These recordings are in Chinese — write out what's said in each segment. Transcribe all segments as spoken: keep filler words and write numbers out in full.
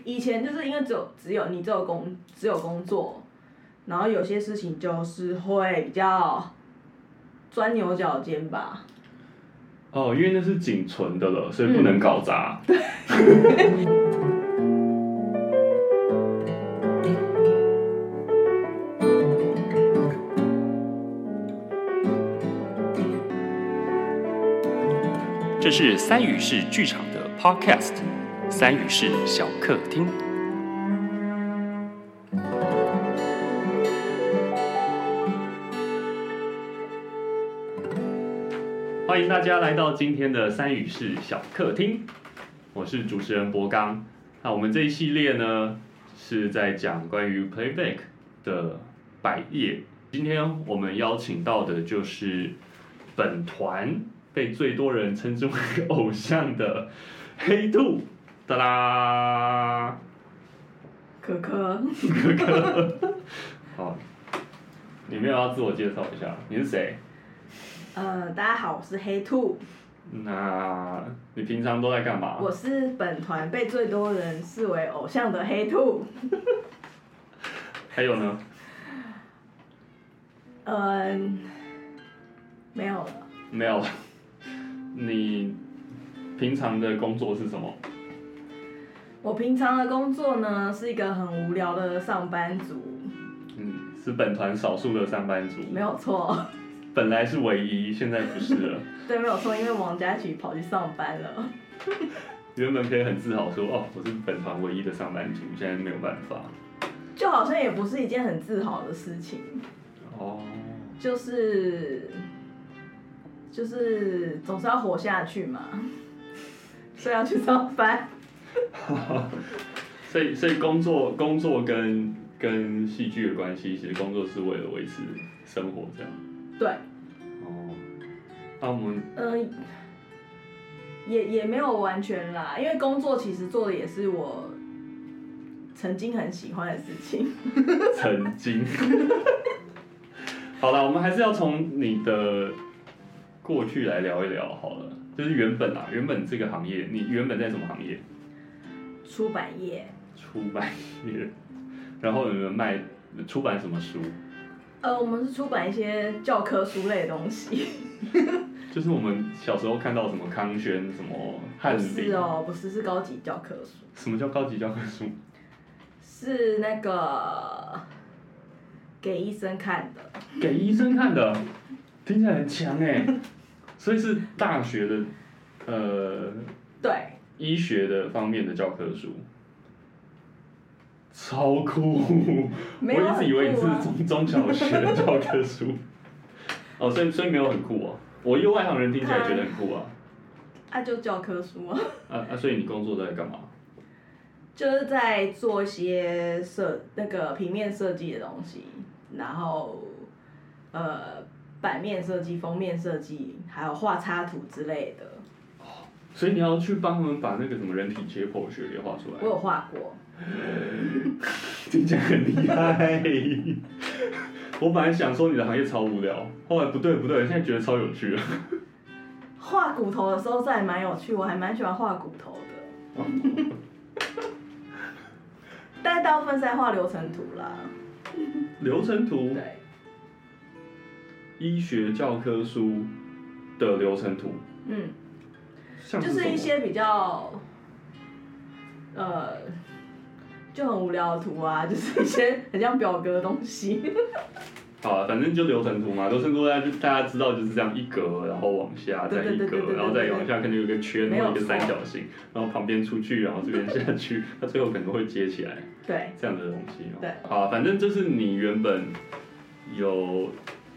以前就是因为只有只有你只有工只有工作，然后有些事情就是会比较钻牛角尖吧。 哦，因为那是仅存的了，所以不能搞砸。 对。 这是三语室剧场的 Podcast， 三语室小客厅。 欢迎大家来到今天的三语室小客厅，我是主持人博刚。那我们这一系列呢，是在讲关于 Playback 的百业。今天我们邀请到的就是本团被最多人称之为偶像的黑兔，哒啦， 可可， 可可，好，你没有要自我介绍一下，你是谁？ 呃，大家好，我是黑兔。 那你平常都在干嘛？ 我是本团被最多人视为偶像的黑兔。 还有呢？ 嗯，没有了。 没有了。你平常的工作是什么？ 我平常的工作呢，是一个很无聊的上班族。 嗯，是本团少数的上班族。 没有错。 本来是唯一，现在不是了。 对，没有错，因为王佳琪跑去上班了。 原本可以很自豪说，哦，我是本团唯一的上班族，现在没有办法。 就好像也不是一件很自豪的事情。 哦。 就是。就是总是要活下去嘛，所以要去上班。 所以，所以工作工作跟跟戏剧的关系，其实工作是为了维持生活这样。 对。 哦。那我们嗯、呃，也也没有完全啦，因为工作其实做的也是我曾经很喜欢的事情。 曾经。好了，我们还是要从你的过去来聊一聊好了，就是原本啊，原本这个行业，你原本在什么行业？ 出版业。 出版业，然后你们卖出版什么书？ 呃，我们是出版一些教科书类的东西。 就是我们小时候看到什么康轩、什么翰林。 不是哦，不是，是高级教科书。 什么叫高级教科书？ 是那个给医生看的。 给医生看的。听起来很强哎，所以是大学的，呃， 对， 医学的方面的教科书，超酷！ 没有很酷啊、 我一直以为你是中中小学的教科书，哦，所以所以没有很酷哦。我一个外行人听起来觉得很酷啊。 啊，就教科书啊。 啊啊，所以你工作在干嘛？ 就是在做一些设那个平面设计的东西，然后呃。版面设计、封面设计，还有画插图之类的。 哦，所以你要去帮他们把那个什么人体解剖学给画出来。 我有画过。 听起来很厉害。我本来想说你的行业超无聊，后来不对不对，现在觉得超有趣了。 画骨头的时候是还蛮有趣，我还蛮喜欢画骨头的。但大部分是在画流程图啦。 流程图。 对。 医学教科书的流程图， 嗯， 是就是一些比较，呃，就很无聊的图啊，就是一些很像表格的东西。 好啊，反正就流程图嘛，流程图大家大家知道就是这样一格，然后往下再一格，然后再往下可能有一个圈或一个三角形，然后旁边出去，然后这边下去，它最后可能会接起来。 对。 这样的东西。 对。 好啊，反正这是你原本有。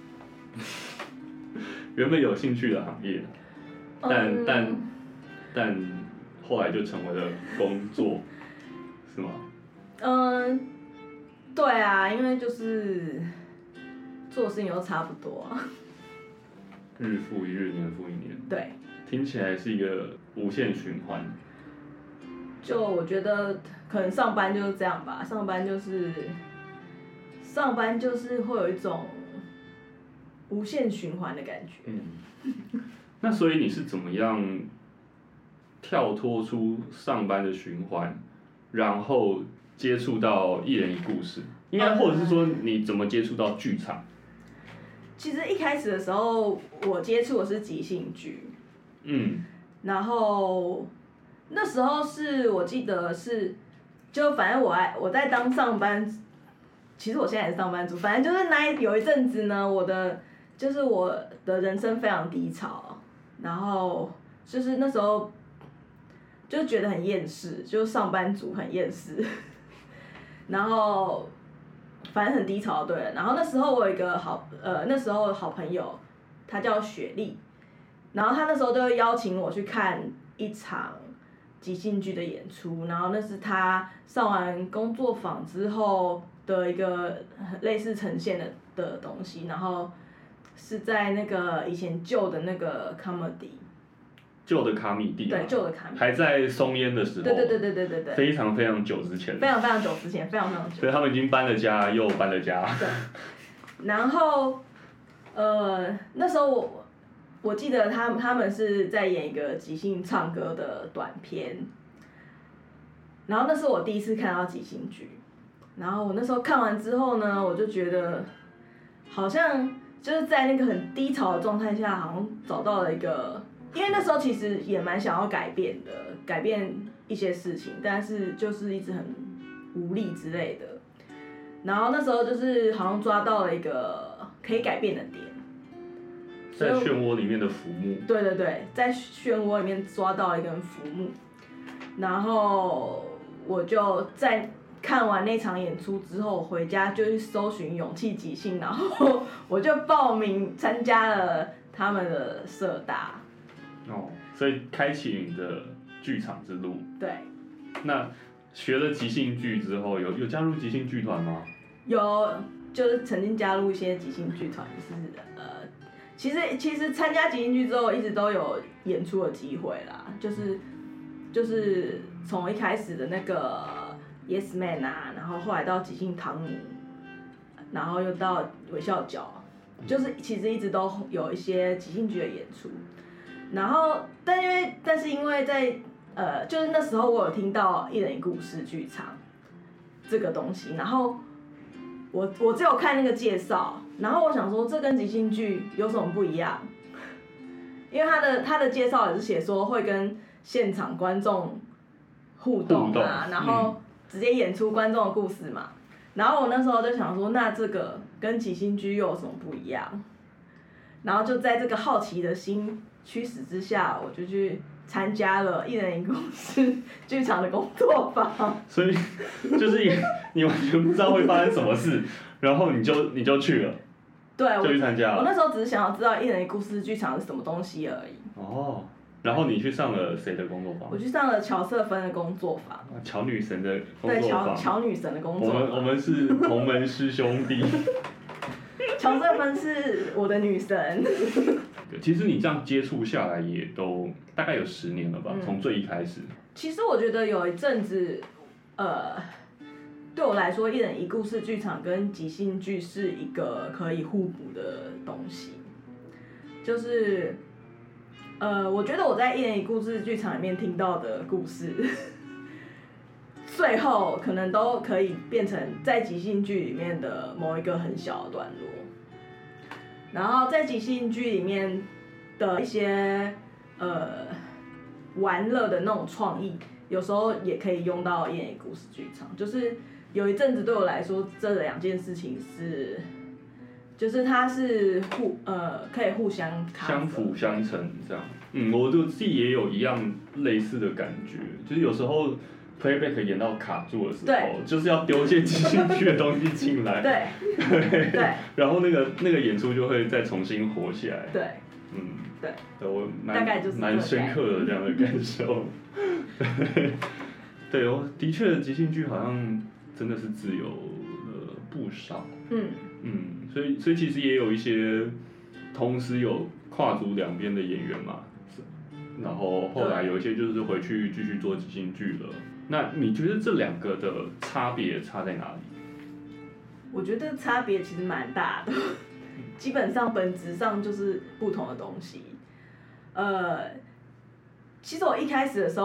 原本有兴趣的行业，但、嗯、但但后来就成为了工作，是吗？ 嗯，对啊，因为就是做的事情都差不多、啊。 日复一日，年复一年。 对。 听起来是一个无限循环。 就我觉得可能上班就是这样吧，上班就是上班就是会有一种。无限循环的感觉。 嗯，那所以你是怎么样跳脱出上班的循环， 然后接触到一人一故事，应该或者是说你怎么接触到剧场？ 其实一开始的时候，我接触的是即兴剧， 嗯， 然后那时候是我记得是，就反正我爱我在当上班，其实我现在也是上班族，反正就是那有一阵子呢，我的就是我的人生非常低潮，然后就是那时候就觉得很厌世，就是上班族很厌世，然后。反正很低潮，对了。然后那时候我有一个好，呃，那时候好朋友，他叫雪莉，然后他那时候就会邀请我去看一场即兴剧的演出，然后那是他上完工作坊之后的一个类似呈现的的东西，然后是在那个以前旧的那个 comedy。 旧的卡米蒂、啊， 对，旧的卡米蒂， 还在松烟的时候， 对对对对对对对， 非常非常久之前， 非常非常久之前，非常非常久， 所以他们已经搬了家，又搬了家。 对，然后，呃，那时候我我记得他们他们是在演一个即兴唱歌的短片，然后那是我第一次看到即兴剧，然后我那时候看完之后呢，我就觉得好像就是在那个很低潮的状态下，好像找到了一个。因为那时候其实也蛮想要改变的，改变一些事情，但是就是一直很无力之类的。然后那时候就是好像抓到了一个可以改变的点， 在漩涡里面的浮木。 对对对，在漩涡里面抓到了一根浮木，然后我就在看完那场演出之后，回家就去搜寻勇气即兴，然后我就报名参加了他们的社大。 哦，所以开启你的剧场之路。 对。 那学了即兴剧之后，有有加入即兴剧团吗？ 有，就是曾经加入一些即兴剧团，就是呃，其实其实参加即兴剧之后，一直都有演出的机会啦，就是就是从一开始的那个 Yes Man 啊，然后后来到即兴汤姆，然后又到微笑角，就是其实一直都有一些即兴剧的演出。然后，但因为，但是因为在呃，就是那时候我有听到一人一故事剧场这个东西，然后我我只有看那个介绍，然后我想说这跟即兴剧有什么不一样？因为他的他的介绍也是写说会跟现场观众互动啊， 动然后直接演出观众的故事嘛。然后我那时候就想说，那这个跟即兴剧又有什么不一样？然后就在这个好奇的心驱使之下，我就去参加了一人一故事剧场的工作坊。 所以就是你你完全不知道会发生什么事，然后你就你就去了， 对， 就去参加了。 我那时候只是想要知道一人一故事剧场是什么东西而已。 哦，然后你去上了谁的工作坊？ 我去上了乔瑟芬的工作坊。 乔女神的工对， 作坊。 乔乔女神的工作坊。 我们我们是同门师兄弟。 乔瑟芬是我的女神。 其实你这样接触下来也都大概有十年了吧， 嗯、 从最一开始。 其实我觉得有一阵子，呃，对我来说，一人一故事剧场跟即兴剧是一个可以互补的东西。就是，呃，我觉得我在一人一故事剧场里面听到的故事，最后可能都可以变成在即兴剧里面的某一个很小的段落。然后在即兴剧里面的一些呃玩乐的那种创意，有时候也可以用到一人一故事剧场。就是有一阵子对我来说，这两件事情是，就是它是互呃可以互相相辅相成这样。嗯，我对自己也有一样类似的感觉，就是有时候 playback 演到卡住的时候，就是要丢一些即兴剧的东西进来， 对， 对， 对， 然后那个那个演出就会再重新活起来， 对， 嗯， 对， 对我大概就是蛮深刻的这样的感受，对，对，我的确即兴剧好像真的是自由了不少， 嗯嗯，所以所以其实也有一些同时有跨足两边的演员嘛，然后后来有一些就是回去继续做即兴剧了。那你觉得这两个的差别差在哪里？ 我觉得差别其实蛮大的，基本上本质上就是不同的东西。呃，其实我一开始的时候，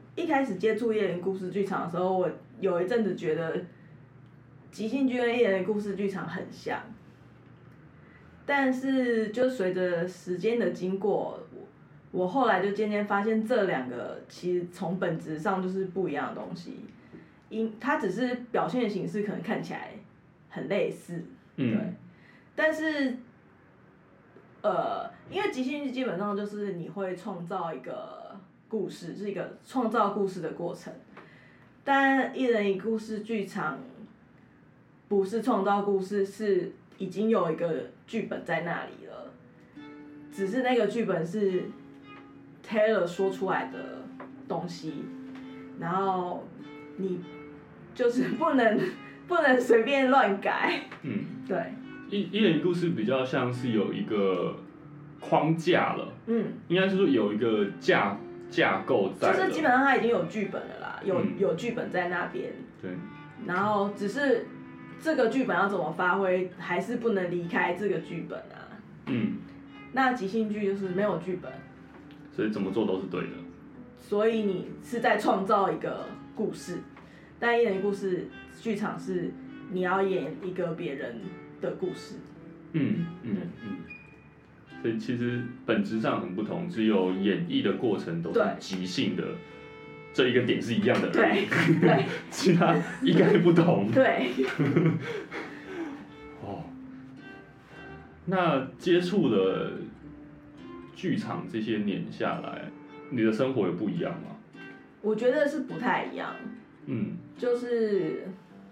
一开始接触艺人故事剧场的时候，我有一阵子觉得即兴剧跟艺人故事剧场很像，但是就随着时间的经过，我后来就渐渐发现这两个其实从本质上就是不一样的东西，因它只是表现的形式可能看起来很类似， 嗯， 对，但是呃，因为即兴剧基本上就是你会创造一个故事，是一个创造故事的过程，但一人一故事剧场不是创造故事，是已经有一个剧本在那里了，只是那个剧本是 Taylor 说出来的东西，然后你就是不能不能随便乱改。 嗯， 对。 一一人一故事比较像是有一个框架了， 嗯， 应该是说有一个架架构在了， 就是基本上它已经有剧本了啦，有、 嗯、 有剧本在那边。 对。 然后只是这个剧本要怎么发挥，还是不能离开这个剧本啊。 嗯。 那即兴剧就是没有剧本， 所以怎么做都是对的。 所以你是在创造一个故事，但一人故事剧场是你要演一个别人的故事。 嗯嗯嗯。所以其实本质上很不同，只有演绎的过程都是即兴的，这一个点是一样的而已。 对对。 其他应该不同。 对。 哦。那接触了剧场这些年下来，你的生活有不一样吗？ 我觉得是不太一样。 嗯。就是。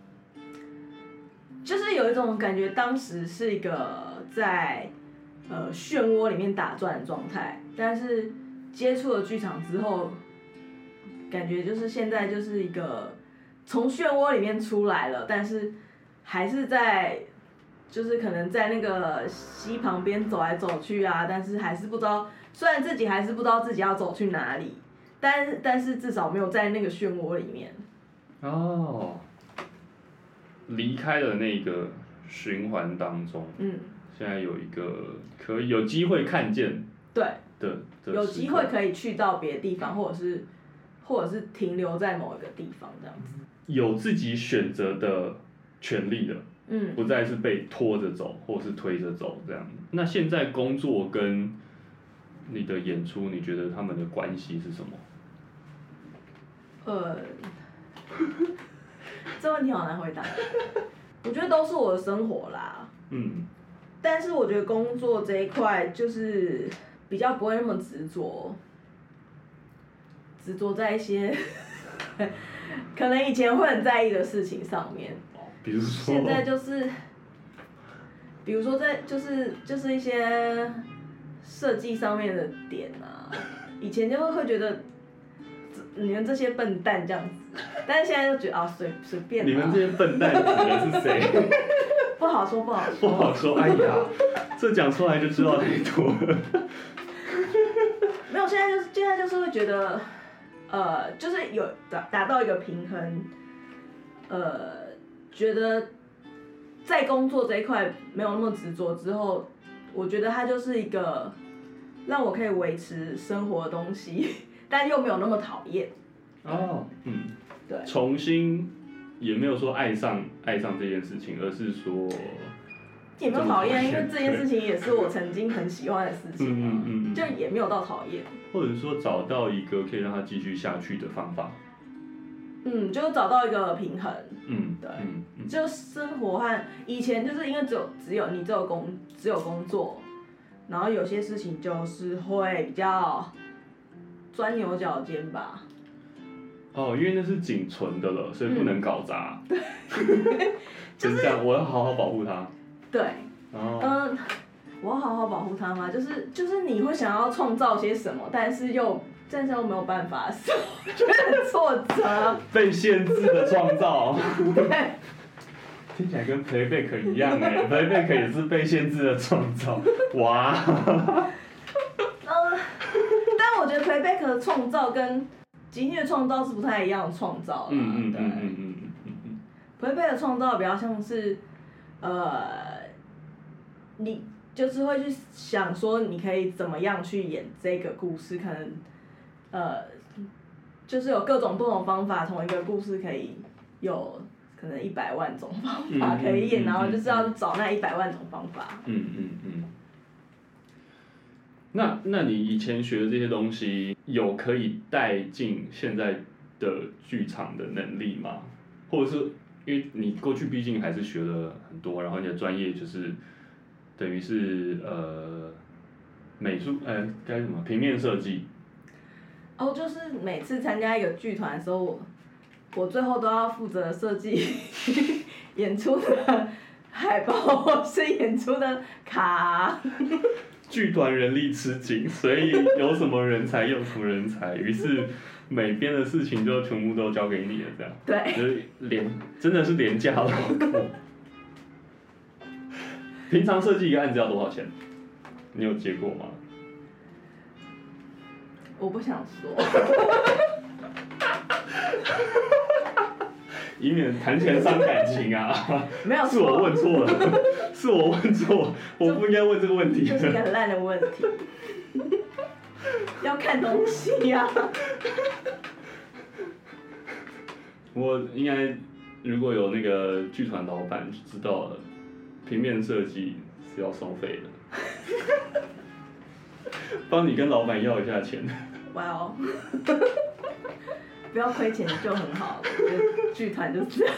就是有一种感觉，当时是一个在呃漩涡里面打转的状态，但是接触了剧场之后，感觉就是现在就是一个从漩涡里面出来了，但是还是在就是可能在那个溪旁边走来走去啊，但是还是不知道，虽然自己还是不知道自己要走去哪里，但但是至少没有在那个漩涡里面。 哦。离开了那个循环当中， 嗯， 现在有一个可以有机会看见， 对的，的有机会可以去到别的地方，或者是或者是停留在某一个地方这样子， 有自己选择的权利了， 嗯， 不再是被拖着走或是推着走这样。那现在工作跟你的演出，你觉得他们的关系是什么？ 呃。这问题好难回答，我觉得都是我的生活啦。 嗯。 但是我觉得工作这一块就是比较不会那么执着，执着在一些可能以前会很在意的事情上面。 比如说。 现在就是，比如说在就是就是一些设计上面的点啊，以前就会觉得你们这些笨蛋这样子。但是现在就觉得啊，随随便。 你们这些笨蛋指的是谁？ 不好说，不好说。 不好说，哎呀，这讲出来就知道太多了。 没有，现在就是现在就是会觉得，呃，就是有达达到一个平衡，呃，觉得在工作这一块没有那么执着之后，我觉得它就是一个让我可以维持生活的东西，但又没有那么讨厌。 哦，嗯。 对， 重新也没有说爱上爱上这件事情，而是说也没有讨厌，因为这件事情也是我曾经很喜欢的事情，嗯嗯嗯，就也没有到讨厌， 或者说找到一个可以让它继续下去的方法， 嗯，就找到一个平衡， 嗯， 对， 嗯嗯、 就生活和以前就是因为只有只有你只有工只有工作，然后有些事情就是会比较钻牛角尖吧。 哦，因为那是仅存的了，所以不能搞砸。对、 嗯， 就是这样，我要好好保护它。 对。 哦。 嗯，我要好好保护它吗？就是就是你会想要创造些什么，但是又但是又没有办法，觉得很挫折。 被限制的创造。 对。 听起来跟 playback 一样哎 ，playback 也是被限制的创造。哇。 嗯，但我觉得 playback 的创造跟即兴的创造是不太一样的创造啦， 嗯嗯对。 嗯嗯嗯嗯嗯。 playback 的创造比较像是，呃，你就是会去想说你可以怎么样去演这个故事，可能，呃， 就是有各种不同方法，同一个故事可以有可能一百万种方法可以演，嗯嗯嗯嗯、然后就是要找那一百万种方法。 嗯嗯嗯。那那你以前学的这些东西，有可以带进现在的剧场的能力吗？或者是因为你过去毕竟还是学了很多，然后你的专业就是等于是呃美术，呃该什么平面设计。 哦，就是每次参加一个剧团的时候，我我最后都要负责设计演出的海报或是演出的卡。 剧团人力吃紧，所以有什么人才用什么人才，于是每边的事情就全部都交给你了，这样。 对。 就是廉，真的是廉价劳工。平常设计一个案子要多少钱？你有接过吗？ 我不想说。 以免谈钱伤感情啊！ 没有， 是我问错了，是我问错，我不应该问这个问题。 这是一个很烂的问题。要看东西呀、啊。 我应该如果有那个剧团老板知道了，平面设计是要收费的，帮你跟老板要一下钱。 哇哦！不要亏钱就很好，我觉得剧团就是这样。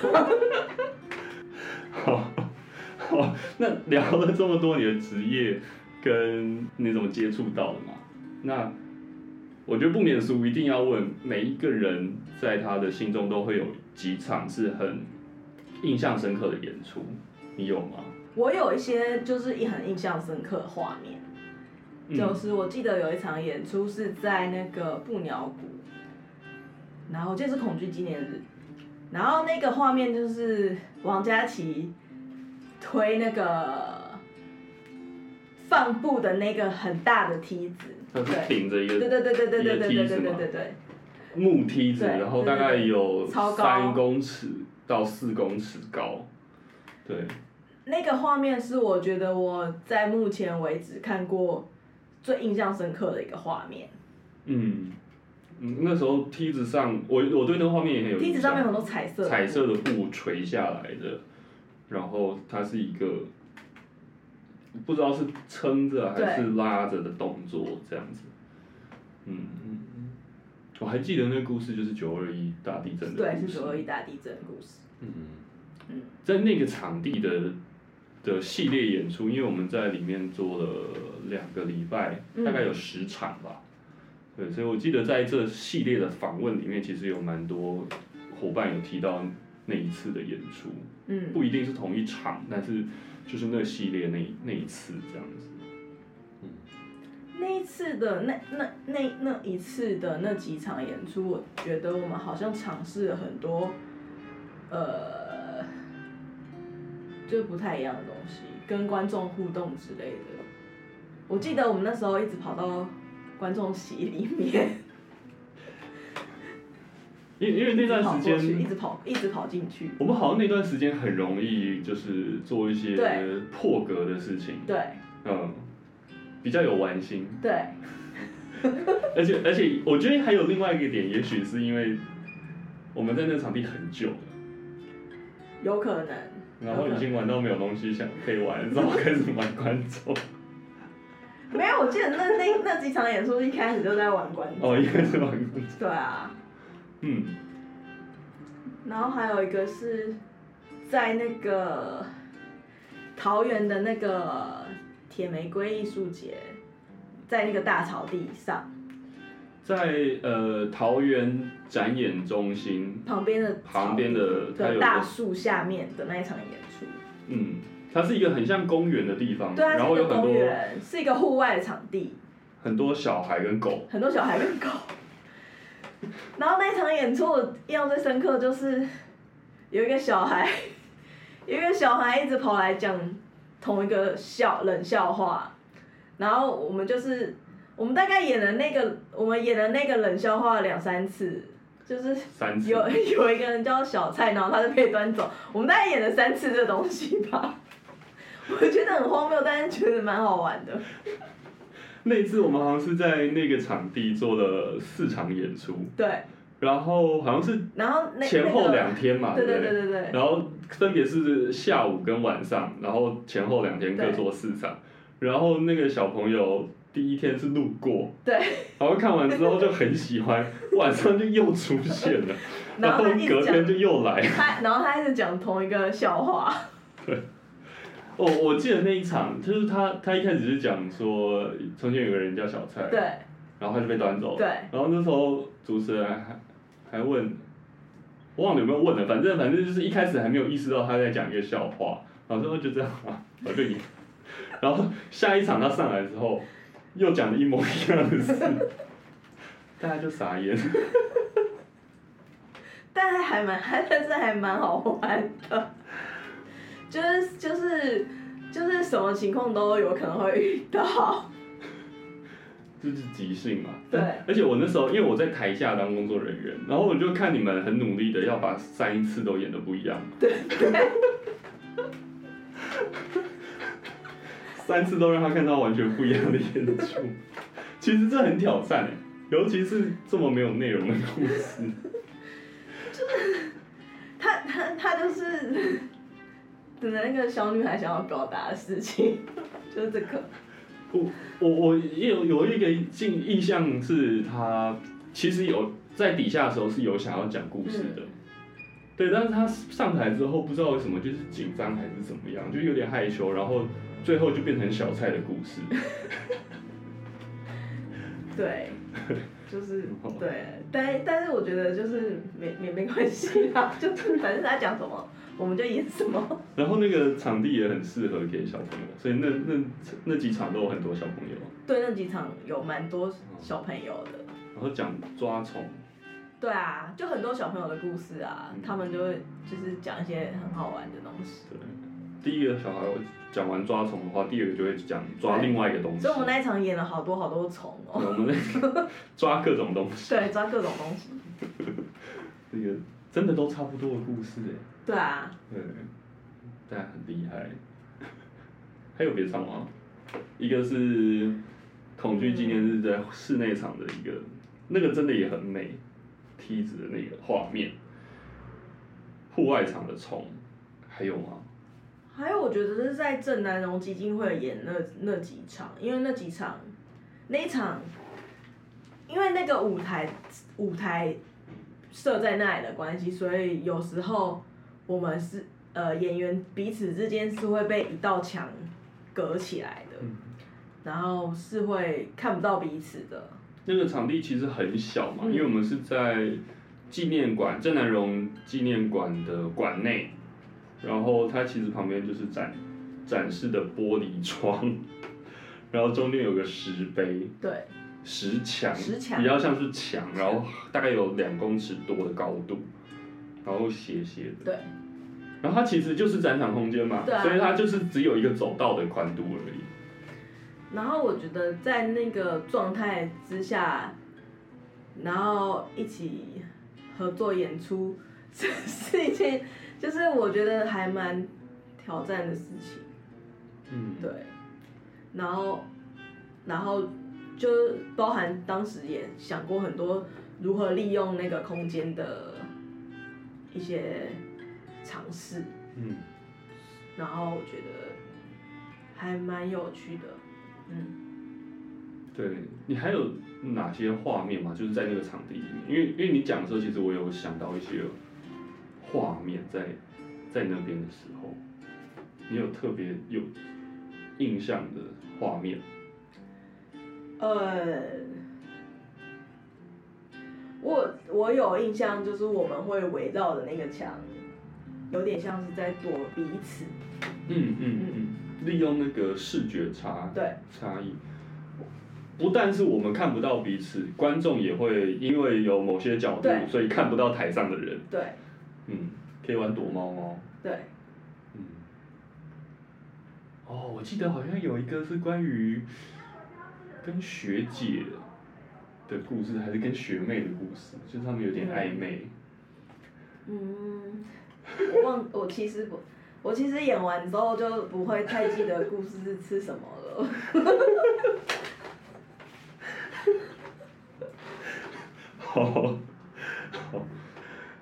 好，好，那聊了这么多你的职业跟你怎么接触到的嘛？那我觉得不免俗，一定要问每一个人在他的心中都会有几场是很印象深刻的演出，你有吗？ 我有一些就是很印象深刻的画面，嗯、就是我记得有一场演出是在那个布鸟谷。然后这是恐惧纪念日，然后那个画面就是王佳琪推那个放布的那个很大的梯子， 它是顶着一个对对对对对对对对对对对对木梯子，然后大概有三公尺到四公尺高，对。 那个画面是我觉得我在目前为止看过最印象深刻的一个画面。 嗯。嗯，那时候梯子上，我我对那个画面也很有印象。 梯子上面有很多彩色的彩色的布垂下来的，然后它是一个不知道是撑着还是拉着的动作，这样子。嗯嗯嗯，我还记得那个故事就是九二一大地震的故事。 对，是九二一大地震的故事。 嗯嗯，在那个场地的的系列演出，因为我们在里面做了两个礼拜，大概有十场吧。对，所以我记得在这系列的访问里面，其实有蛮多伙伴有提到那一次的演出，嗯，不一定是同一场，但是就是那系列那那一次这样子， 嗯，那一次的那那那那一次的那几场演出，我觉得我们好像尝试了很多，呃，就不太一样的东西，跟观众互动之类的。我记得我们那时候一直跑到观众席里面， 因因为那段时间一直跑一直跑进去， 我们好像那段时间很容易就是做一些破格的事情， 对， 嗯，比较有玩心， 对， 而且而且我觉得还有另外一个点，也许是因为我们在那个场地很久了， 有可能， 然后已经玩到没有东西想可以玩，然后开始玩观众。 没有，我记得那那那几场演出一开始就在玩观众。 哦，一开始玩观众。 对啊。嗯。然后还有一个是在那个桃园的那个铁玫瑰艺术节，在那个大草地上。 在呃桃园展演中心旁边的旁边的的大树下面的那一场演出。 嗯。它是一个很像公园的地方， 对， 然后有很多是一个户外的场地， 很多小孩跟狗， 很多小孩跟狗。然后那一场演出我印象最深刻就是有一个小孩，有一个小孩一直跑来讲同一个笑冷笑话，然后我们就是我们大概演了那个我们演了那个冷笑话两三次。就是有有一个人叫小蔡，然后他就被端走。我们大概演了三次这个东西吧，我觉得很荒谬，但是觉得蛮好玩的。 那一次我们好像是在那个场地做了四场演出， 对， 然后好像是然后那前后两天嘛， 对对对对对对， 然后分别是下午跟晚上，然后前后两天各做四场，然后那个小朋友第一天是路过， 对， 然后看完之后就很喜欢，晚上就又出现了，然后隔天就又来， 他然后他一直讲同一个笑话， 对。哦，我记得那一场，就是他，他一开始是讲说，从前有个人叫小蔡， 对， 然后他就被端走了， 对， 然后那时候主持人还还问，我忘了有没有问了，反正反正就是一开始还没有意识到他在讲一个笑话，然后说就这样啊，我就赢，然后下一场他上来之后，又讲了一模一样的事，大家就傻眼， 但是还蛮，但是还蛮好玩的。就是就是就是什么情况都有可能会遇到， 就是即兴嘛。 对。 而且我那时候，因为我在台下当工作人员，然后我就看你们很努力的要把三次都演得不一样。 对对。 三次都让他看到完全不一样的演出，其实这很挑战哎，尤其是这么没有内容的故事。 就是他他他就是。真的那个小女孩想要表达的事情，就是这个。 我我我也有有一个印印象是他其实有在底下的时候是有想要讲故事的，嗯、对，但是他上台之后不知道为什么就是紧张还是怎么样，就有点害羞，然后最后就变成小蔡的故事。 对，就是对，但但是我觉得就是没没没关系啦，就是反正他讲什么。我们就演什么。 然后那个场地也很适合给小朋友，所以那那那几场都有很多小朋友。 对，那几场有蛮多小朋友的。 然后讲抓虫。 对啊，就很多小朋友的故事啊，嗯、他们就会就是讲一些很好玩的东西。 对，第一个小孩讲完抓虫的话，第二个就会讲抓另外一个东西。 所以我们那一场演了好多好多虫哦。 我们在抓各种东西。 对，抓各种东西。 这个真的都差不多的故事哎。 对啊。 对，但很厉害。还有别场吗？一个是恐惧纪念日在室内场的一个，那个真的也很美，梯子的那个画面。户外场的虫，还有吗？ 还有，我觉得是在郑南榕基金会演那那几场，因为那几场，那一场，因为那个舞台舞台设在那里的关系，所以有时候我们是呃演员彼此之间是会被一道墙隔起来的，嗯、然后是会看不到彼此的。 那个场地其实很小嘛， 嗯、 因为我们是在纪念馆郑南榕纪念馆的馆内。然后它其实旁边就是展展示的玻璃窗，然后中间有个石碑， 对， 石墙， 石墙比较像是墙，然后大概有两公尺多的高度，然后斜斜的， 对， 然后它其实就是展场空间嘛， 啊、 所以它就是只有一个走道的宽度而已。 然后我觉得在那个状态之下，然后一起合作演出，是是一件。就是我觉得还蛮挑战的事情，嗯，对，然后，然后就包含当时也想过很多如何利用那个空间的一些尝试，嗯，然后我觉得还蛮有趣的，嗯。 对，你还有哪些画面吗？就是在那个场地里面，因为因为你讲的时候，其实我有想到一些。画面在在那边的时候，你有特别有印象的画面？ 呃，我我有印象，就是我们会围绕的那个墙，有点像是在躲彼此。 嗯嗯嗯，利用那个视觉差对差异，不但是我们看不到彼此，观众也会因为有某些角度，所以看不到台上的人。 对。 嗯，可以玩躲猫猫。 对。 嗯。哦，我记得好像有一个是关于跟学姐的故事，还是跟学妹的故事，就是他们有点暧昧。 嗯，我忘，我其实不，我其实演完之后就不会太记得故事是吃什么了。 好。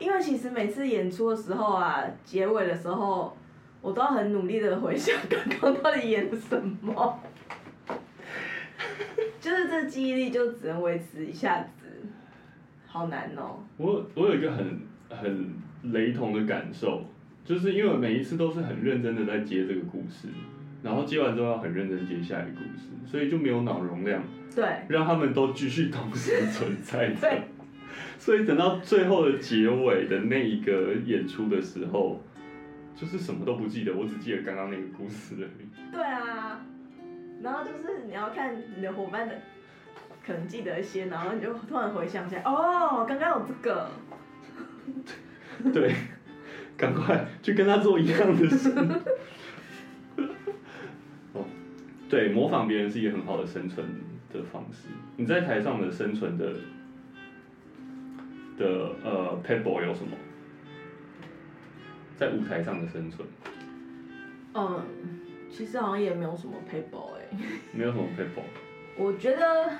因为其实每次演出的时候啊，结尾的时候，我都要很努力的回想刚刚到底演了什么，就是这记忆力就只能维持一下子，好难哦。 我我有一个很很雷同的感受，就是因为每一次都是很认真的在接这个故事，然后接完之后要很认真接下一个故事，所以就没有脑容量， 对， 让他们都继续同时存在着。 对。 所以等到最后的结尾的那一个演出的时候，就是什么都不记得，我只记得刚刚那个故事而已。 对啊，然后就是你要看你的伙伴的，可能记得一些，然后你就突然回想起来，哦，刚刚有这个。 对，赶快去跟他做一样的事。哦，对，模仿别人是一个很好的生存的方式。你在台上的生存的。的呃 pebble 有什么？在舞台上的生存？ 嗯，其实好像也没有什么 pebble 哎、欸。 没有什么 pebble。 我觉得，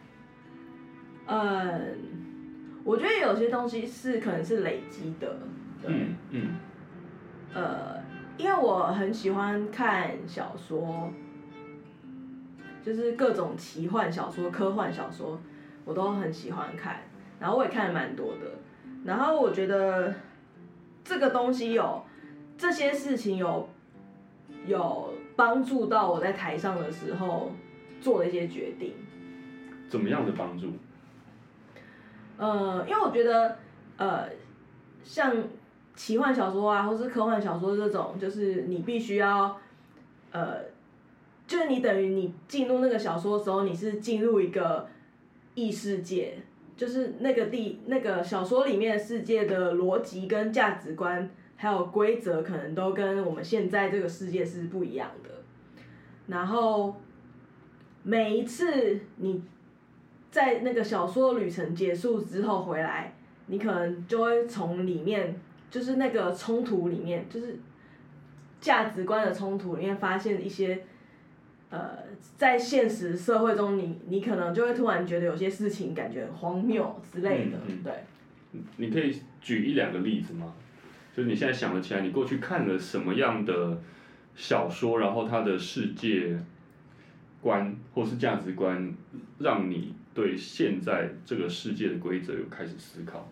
嗯，我觉得有些东西是可能是累积的。 嗯嗯。 呃，因为我很喜欢看小说，就是各种奇幻小说、科幻小说，我都很喜欢看。然后我也看了蛮多的，然后我觉得这个东西有这些事情有有帮助到我在台上的时候做的一些决定。 怎么样的帮助？ 呃，因为我觉得呃，像奇幻小说啊，或是科幻小说这种，就是你必须要呃，就是你等于你进入那个小说的时候，你是进入一个异世界。就是那个地那个小说里面的世界的逻辑跟价值观，还有规则，可能都跟我们现在这个世界是不一样的。然后每一次你在那个小说旅程结束之后回来，你可能就会从里面，就是那个冲突里面，就是价值观的冲突里面，发现一些。呃，在现实社会中你，你可能就会突然觉得有些事情感觉很荒谬之类的，嗯嗯、对。 你可以举一两个例子吗？就是你现在想得起来，你过去看了什么样的小说，然后它的世界观或是价值观，让你对现在这个世界的规则有开始思考？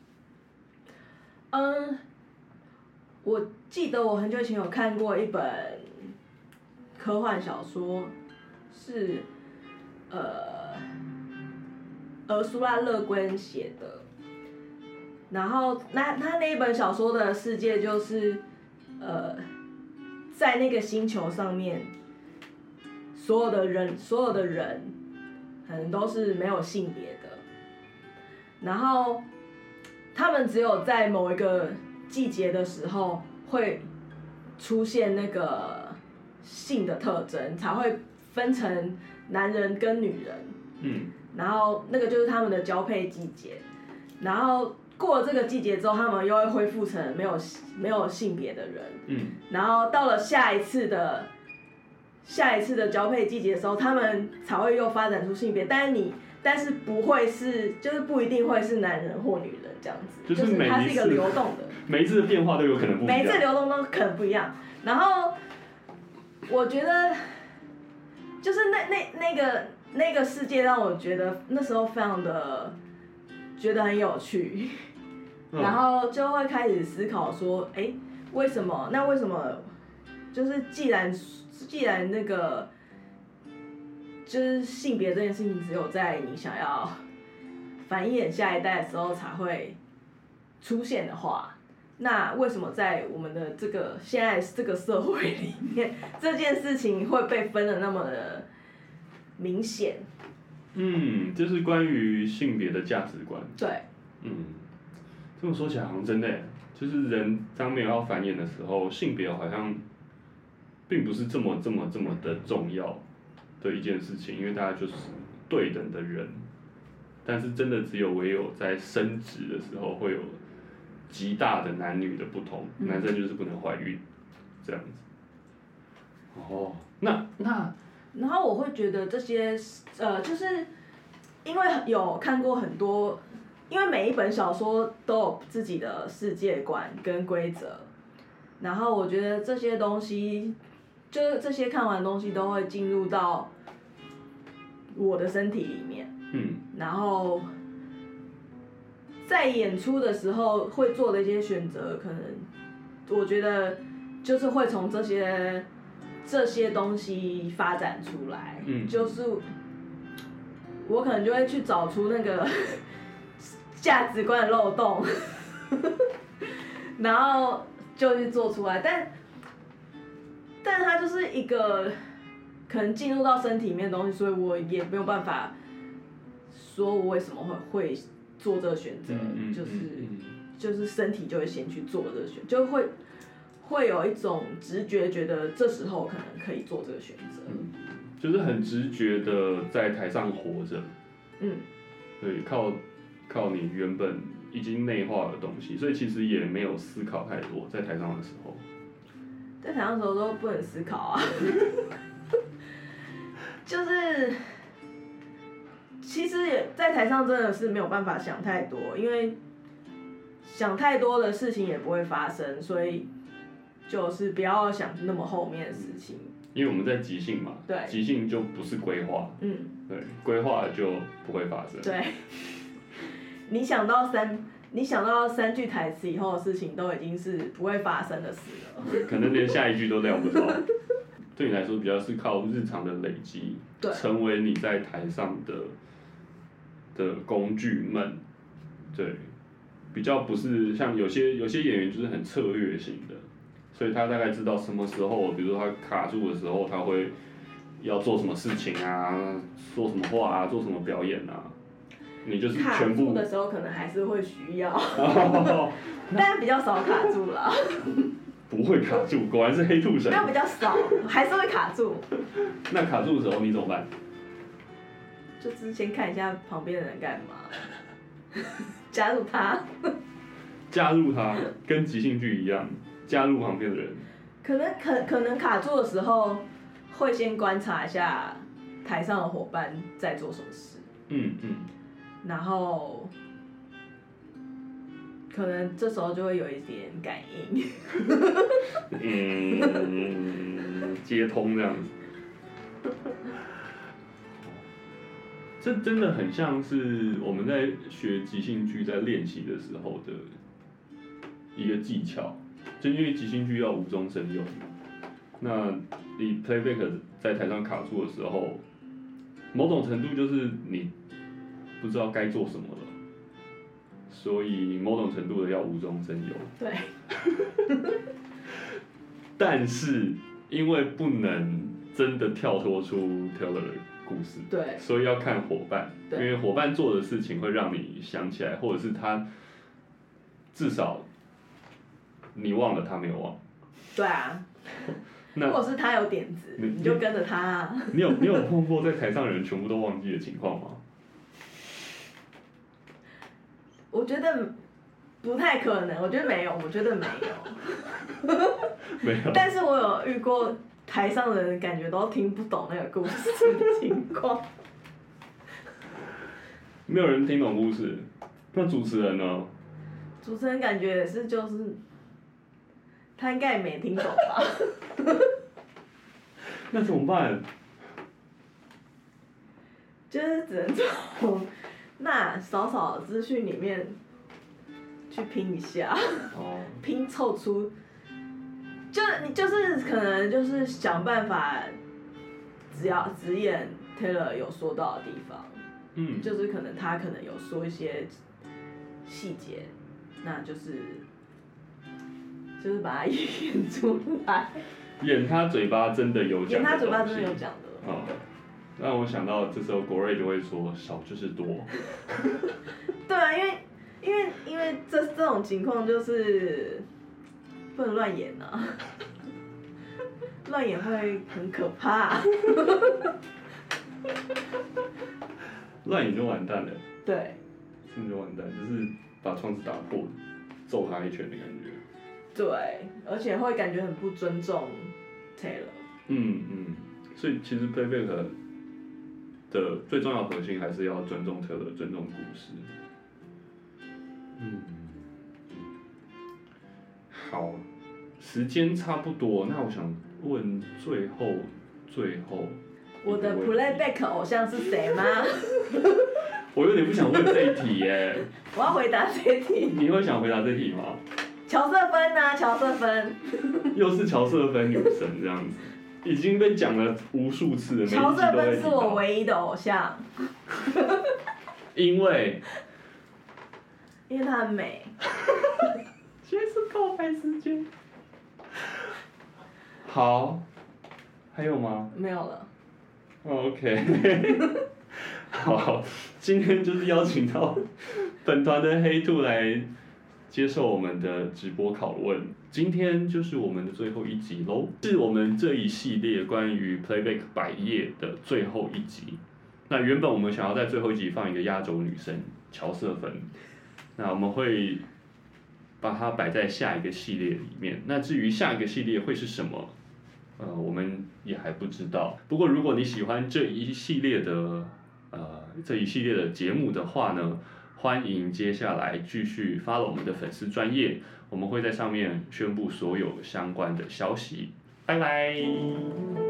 嗯，我记得我很久以前有看过一本。科幻小说是呃俄苏拉勒圭恩写的，然后那他那一本小说的世界就是呃在那个星球上面，所有的人所有的人可能都是没有性别的，然后他们只有在某一个季节的时候会出现那个。性的特征才会分成男人跟女人，嗯，然后那个就是他们的交配季节，然后过了这个季节之后，他们又会恢复成没有没有性别的人，嗯，然后到了下一次的下一次的交配季节的时候，他们才会又发展出性别，但是你但是不会是就是不一定会是男人或女人这样子， 就是每一次它是一个流动的， 每一次的变化都有可能不一样， 每一次流动都可能不一样，然后。我觉得，就是那那那个那个世界让我觉得那时候非常的觉得很有趣，嗯、然后就会开始思考说，哎，为什么？那为什么？就是既然既然那个就是性别这件事情只有在你想要繁衍下一代的时候才会出现的话。那为什么在我们的这个现在这个社会里面，这件事情会被分得那么的明显？ 嗯，这是关于性别的价值观。 对。 嗯，这么说起来好像真的，就是人当没有要繁衍的时候，性别好像并不是这么这么这么的重要的一件事情，因为大家就是对等的人。但是真的只有唯有在生殖的时候会有。极大的男女的不同，嗯、男生就是不能怀孕，这样子。哦，那那， 然后我会觉得这些呃，就是因为有看过很多因为每一本小说都有自己的世界观跟规则，然后我觉得这些东西，就是这些看完的东西都会进入到我的身体里面， 嗯， 然后在演出的时候会做的一些选择，可能我觉得就是会从这些这些东西发展出来， 嗯， 就是我可能就会去找出那个价值观的漏洞，然后就去做出来，但但它就是一个可能进入到身体里面的东西，所以我也没有办法说我为什么会会做这个选择， 嗯嗯、 就是、 嗯、 就是身体就会先去做这个选，就会会有一种直觉，觉得这时候可能可以做这个选择， 嗯，就是很直觉的在台上活着， 嗯， 对，靠靠你原本已经内化的东西，所以其实也没有思考太多，在台上的时候， 在台上的时候都不能思考啊，就是其实也在台上真的是没有办法想太多，因为想太多的事情也不会发生，所以就是不要想那么后面的事情。 因为我们在即兴嘛， 对， 即兴就不是规划， 嗯， 对，规划就不会发生。 对，你想到三，你想到三句台词以后的事情，都已经是不会发生的事了。 可能连下一句都料不到。对你来说，比较是靠日常的累积，成为你在台上的的工具们，对，比较不是像有些有些演员就是很策略型的。所以他大概知道什么时候，比如说他卡住的时候，他会要做什么事情啊，说什么话啊，做什么表演啊。你就是全部卡住的时候，可能还是会需要，但比较少卡住啦。 不会卡住，果然是黑兔神。 那比较少，还是会卡住。 那卡住的时候你怎么办？ 就是先看一下旁边的人干嘛，加入他。 加入他，跟即兴剧一样。加入旁边的人， 可能可可能卡住的时候，会先观察一下台上的伙伴在做什么事。 嗯嗯。 然后，可能这时候就会有一点感应。 嗯，接通这样子。这真的很像是我们在学即兴剧在练习的时候的一个技巧。就因为即兴剧要无中生有，那你 playback 在台上卡住的时候，某种程度就是你不知道该做什么了，所以某种程度的要无中生有。 对。 但是因为不能真的跳脱出 Taylor 的故事， 对， 所以要看伙伴，因为伙伴做的事情会让你想起来，或者是他至少。你忘了，他没有忘。 对啊，如果是他有点子，你, 你就跟着他、啊。 你有你有碰过在台上的人全部都忘记的情况吗？ 我觉得不太可能，我觉得没有，我觉得没有。 没有。 但是我有遇过台上的人感觉都听不懂那个故事的情况。 没有人听懂故事，那主持人呢？ 主持人感觉也是就是。他应该也没听懂吧？ 那怎么办？ 就是只能从那少少的资讯里面去拼一下，哦、拼凑出，就你就是可能就是想办法，只要只演 Taylor 有说到的地方，嗯，就是可能他可能有说一些细节，那就是。就是把它演出来， 演他嘴巴真的有讲的， 演他嘴巴真的有讲的。 哦，让我想到这时候国瑞就会说少就是多。 对啊，因为因为因为这这种情况就是不能乱演啊，乱演会很可怕。 乱演就完蛋了。 对。 真的就完蛋，就是把窗子打破，揍他一拳的感觉。 对，而且会感觉很不尊重 Taylor。 嗯嗯，所以其实 playback 的最重要核心还是要尊重 Taylor， 尊重故事。 嗯，好，时间差不多，那我想问最后最后， 我的 playback 偶像是谁吗？ 我有点不想问这一题耶。 我要回答这一题。 你会想回答这题吗？ 乔瑟芬啊，乔瑟芬。 又是乔瑟芬女神这样子，已经被讲了无数次了。 乔瑟芬是我唯一的偶像。 因为。 因为她很美。 现在是告白时间。好，还有吗？ 没有了。 OK。好，今天就是邀请到本团的黑兔来接受我们的直播拷问。今天就是我们的最后一集喽，是我们这一系列关于 Playback 百叶的最后一集。那原本我们想要在最后一集放一个压轴女生乔瑟芬，那我们会把它摆在下一个系列里面。那至于下一个系列会是什么，呃，我们也还不知道。不过如果你喜欢这一系列的呃这一系列的节目的话呢，欢迎接下来继续 follow 我们的粉丝专页，我们会在上面宣布所有相关的消息。拜拜。